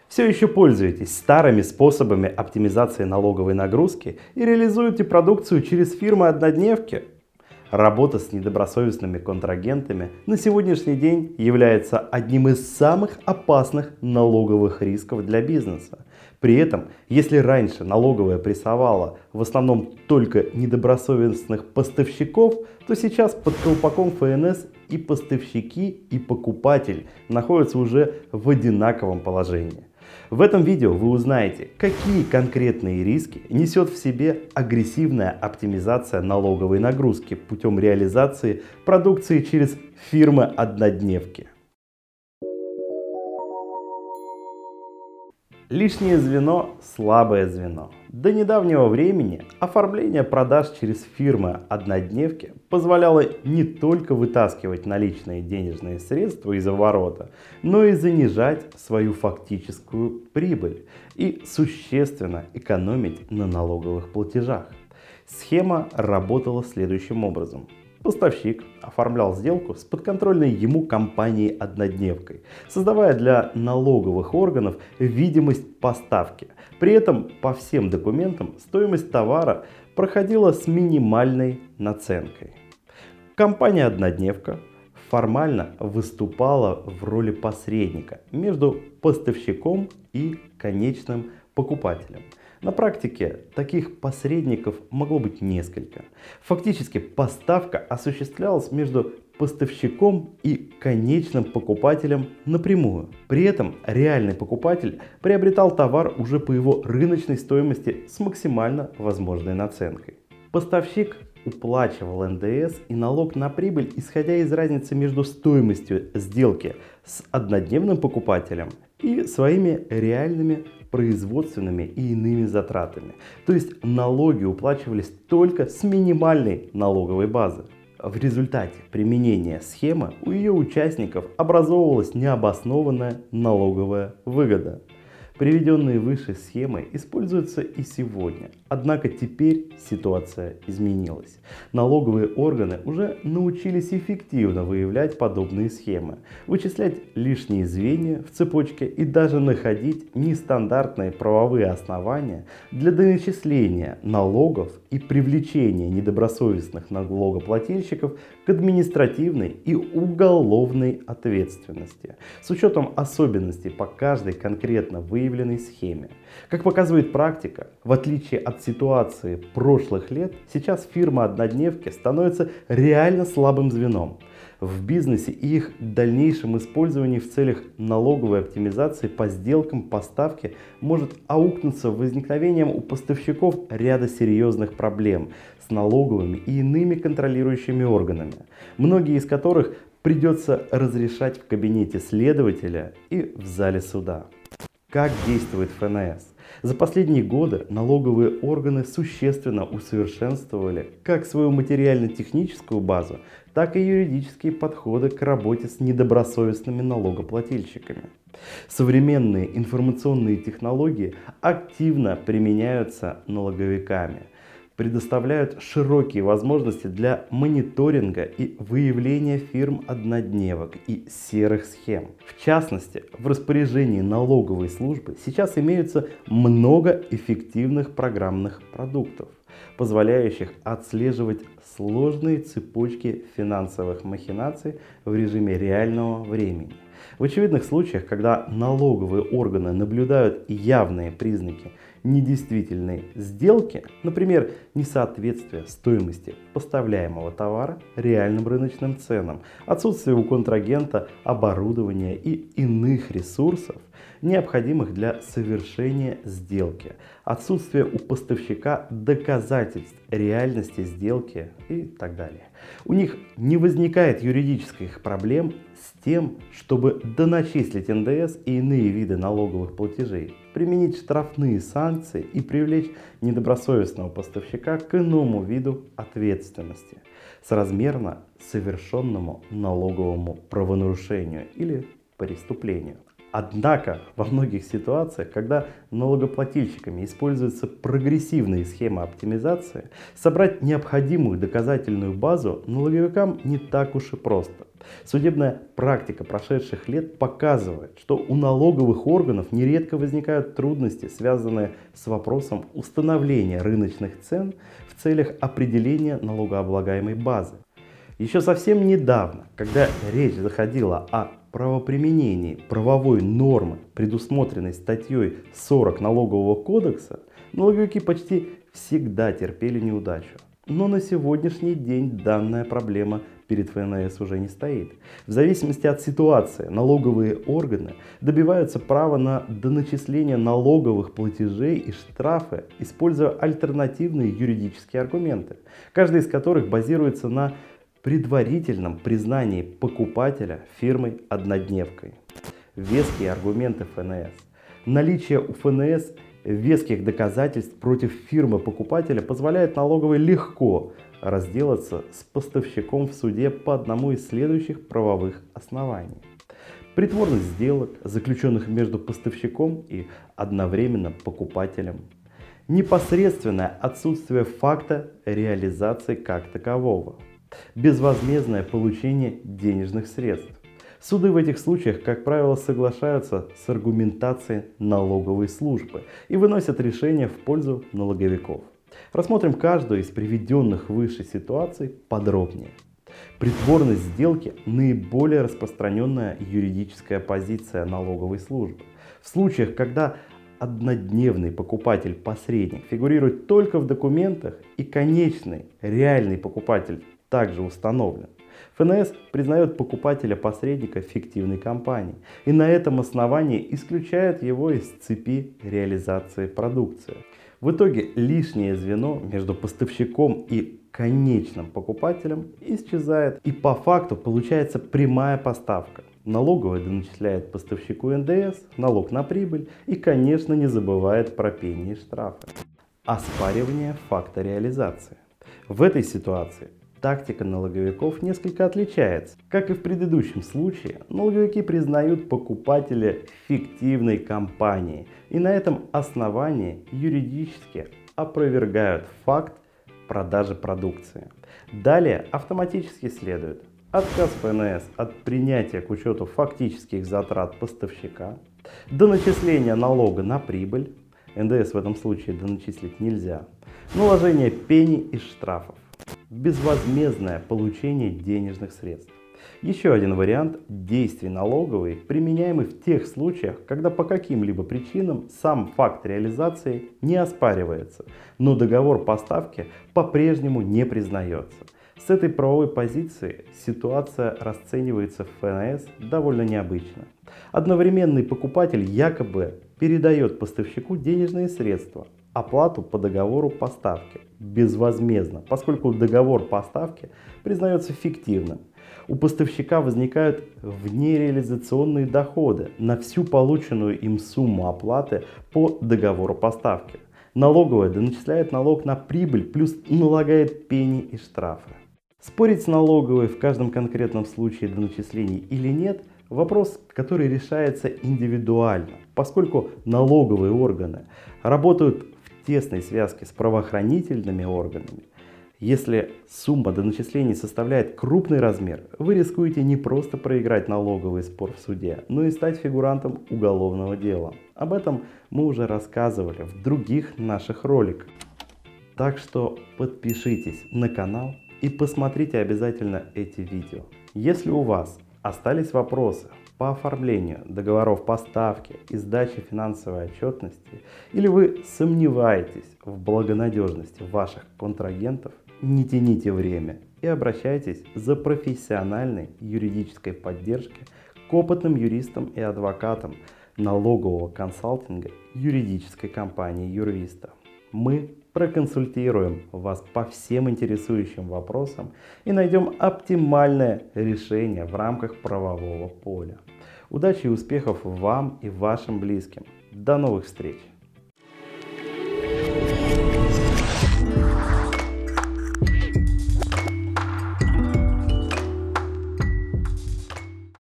Все еще пользуетесь старыми способами оптимизации налоговой нагрузки и реализуете продукцию через фирмы-однодневки? Работа с недобросовестными контрагентами на сегодняшний день является одним из самых опасных налоговых рисков для бизнеса. При этом, если раньше налоговая прессовала в основном только недобросовестных поставщиков, то сейчас под колпаком ФНС и поставщики, и покупатель находятся уже в одинаковом положении. В этом видео вы узнаете, какие конкретные риски несет в себе агрессивная оптимизация налоговой нагрузки путем реализации продукции через фирмы-однодневки. Лишнее звено – слабое звено. До недавнего времени оформление продаж через фирмы-однодневки позволяло не только вытаскивать наличные денежные средства из оборота, но и занижать свою фактическую прибыль и существенно экономить на налоговых платежах. Схема работала следующим образом. Поставщик оформлял сделку с подконтрольной ему компанией-однодневкой, создавая для налоговых органов видимость поставки. При этом по всем документам стоимость товара проходила с минимальной наценкой. Компания-однодневка формально выступала в роли посредника между поставщиком и конечным покупателем. На практике таких посредников могло быть несколько. Фактически поставка осуществлялась между поставщиком и конечным покупателем напрямую. При этом реальный покупатель приобретал товар уже по его рыночной стоимости с максимально возможной наценкой. Поставщик уплачивал НДС и налог на прибыль, исходя из разницы между стоимостью сделки с однодневным покупателем и своими реальными производственными и иными затратами. То есть налоги уплачивались только с минимальной налоговой базы. В результате применения схемы у ее участников образовывалась необоснованная налоговая выгода. Приведенные выше схемы используются и сегодня, однако теперь ситуация изменилась. Налоговые органы уже научились эффективно выявлять подобные схемы, вычислять лишние звенья в цепочке и даже находить нестандартные правовые основания для доначисления налогов и привлечения недобросовестных налогоплательщиков к административной и уголовной ответственности с учетом особенностей по каждой конкретно выявленной схеме. Как показывает практика, в отличие от ситуации прошлых лет, сейчас фирмы-однодневки становятся реально слабым звеном в бизнесе, и их дальнейшем использовании в целях налоговой оптимизации по сделкам поставки может аукнуться возникновением у поставщиков ряда серьезных проблем с налоговыми и иными контролирующими органами, многие из которых придется разрешать в кабинете следователя и в зале суда. Как действует ФНС? За последние годы налоговые органы существенно усовершенствовали как свою материально-техническую базу, так и юридические подходы к работе с недобросовестными налогоплательщиками. Современные информационные технологии активно применяются налоговиками, предоставляют широкие возможности для мониторинга и выявления фирм-однодневок и серых схем. В частности, в распоряжении налоговой службы сейчас имеются много эффективных программных продуктов, позволяющих отслеживать сложные цепочки финансовых махинаций в режиме реального времени. В очевидных случаях, когда налоговые органы наблюдают явные признаки недействительной сделки, например, несоответствие стоимости поставляемого товара реальным рыночным ценам, отсутствие у контрагента оборудования и иных ресурсов, необходимых для совершения сделки, отсутствие у поставщика доказательств реальности сделки и так далее. У них не возникает юридических проблем с тем, чтобы доначислить НДС и иные виды налоговых платежей, применить штрафные санкции и привлечь недобросовестного поставщика к иному виду ответственности, соразмерно совершенному налоговому правонарушению или преступлению. Однако во многих ситуациях, когда налогоплательщиками используются прогрессивные схемы оптимизации, собрать необходимую доказательную базу налоговикам не так уж и просто. Судебная практика прошедших лет показывает, что у налоговых органов нередко возникают трудности, связанные с вопросом установления рыночных цен в целях определения налогооблагаемой базы. Еще совсем недавно, когда речь заходила о правоприменении правовой нормы, предусмотренной статьей 40 Налогового кодекса, налоговики почти всегда терпели неудачу. Но на сегодняшний день данная проблема перед ФНС уже не стоит. В зависимости от ситуации налоговые органы добиваются права на доначисление налоговых платежей и штрафы, используя альтернативные юридические аргументы, каждый из которых базируется на предварительном признании покупателя фирмой-однодневкой. Веские аргументы ФНС. Наличие у ФНС веских доказательств против фирмы-покупателя позволяет налоговой легко разделаться с поставщиком в суде по одному из следующих правовых оснований. Притворность сделок, заключенных между поставщиком и одновременно покупателем. Непосредственное отсутствие факта реализации как такового. Безвозмездное получение денежных средств. Суды в этих случаях, как правило, соглашаются с аргументацией налоговой службы и выносят решения в пользу налоговиков. Рассмотрим каждую из приведенных выше ситуаций подробнее. Притворность сделки – наиболее распространенная юридическая позиция налоговой службы. В случаях, когда однодневный покупатель-посредник фигурирует только в документах и конечный реальный покупатель также установлен, ФНС признает покупателя-посредника фиктивной компанией и на этом основании исключает его из цепи реализации продукции. В итоге лишнее звено между поставщиком и конечным покупателем исчезает, и по факту получается прямая поставка. Налоговая доначисляет поставщику НДС, налог на прибыль и, конечно, не забывает про пени и штрафы. Оспаривание факта реализации. В этой ситуации тактика налоговиков несколько отличается. Как и в предыдущем случае, налоговики признают покупателя фиктивной компанией и на этом основании юридически опровергают факт продажи продукции. Далее автоматически следует отказ ФНС от принятия к учету фактических затрат поставщика, доначисление налога на прибыль, НДС в этом случае доначислить нельзя, наложение пени и штрафов, безвозмездное получение денежных средств. Еще один вариант действий налоговой, применяемый в тех случаях, когда по каким-либо причинам сам факт реализации не оспаривается, но договор поставки по-прежнему не признается. С этой правовой позиции ситуация расценивается в ФНС довольно необычно. Одновременный покупатель якобы передает поставщику денежные средства, оплату по договору поставки безвозмездно, поскольку договор поставки признается фиктивным. У поставщика возникают внереализационные доходы на всю полученную им сумму оплаты по договору поставки. Налоговая доначисляет налог на прибыль плюс налагает пени и штрафы. Спорить с налоговой в каждом конкретном случае доначислений или нет – вопрос, который решается индивидуально, поскольку налоговые органы работают в тесной связке с правоохранительными органами. Если сумма доначислений составляет крупный размер, вы рискуете не просто проиграть налоговый спор в суде, но и стать фигурантом уголовного дела. Об этом мы уже рассказывали в других наших роликах. Так что подпишитесь на канал и посмотрите обязательно эти видео. Если у вас остались вопросы по оформлению договоров поставки и сдаче финансовой отчетности, или вы сомневаетесь в благонадежности ваших контрагентов, не тяните время и обращайтесь за профессиональной юридической поддержкой к опытным юристам и адвокатам налогового консалтинга юридической компании Юрвиста. Мы проконсультируем вас по всем интересующим вопросам и найдем оптимальное решение в рамках правового поля. Удачи и успехов вам и вашим близким. До новых встреч!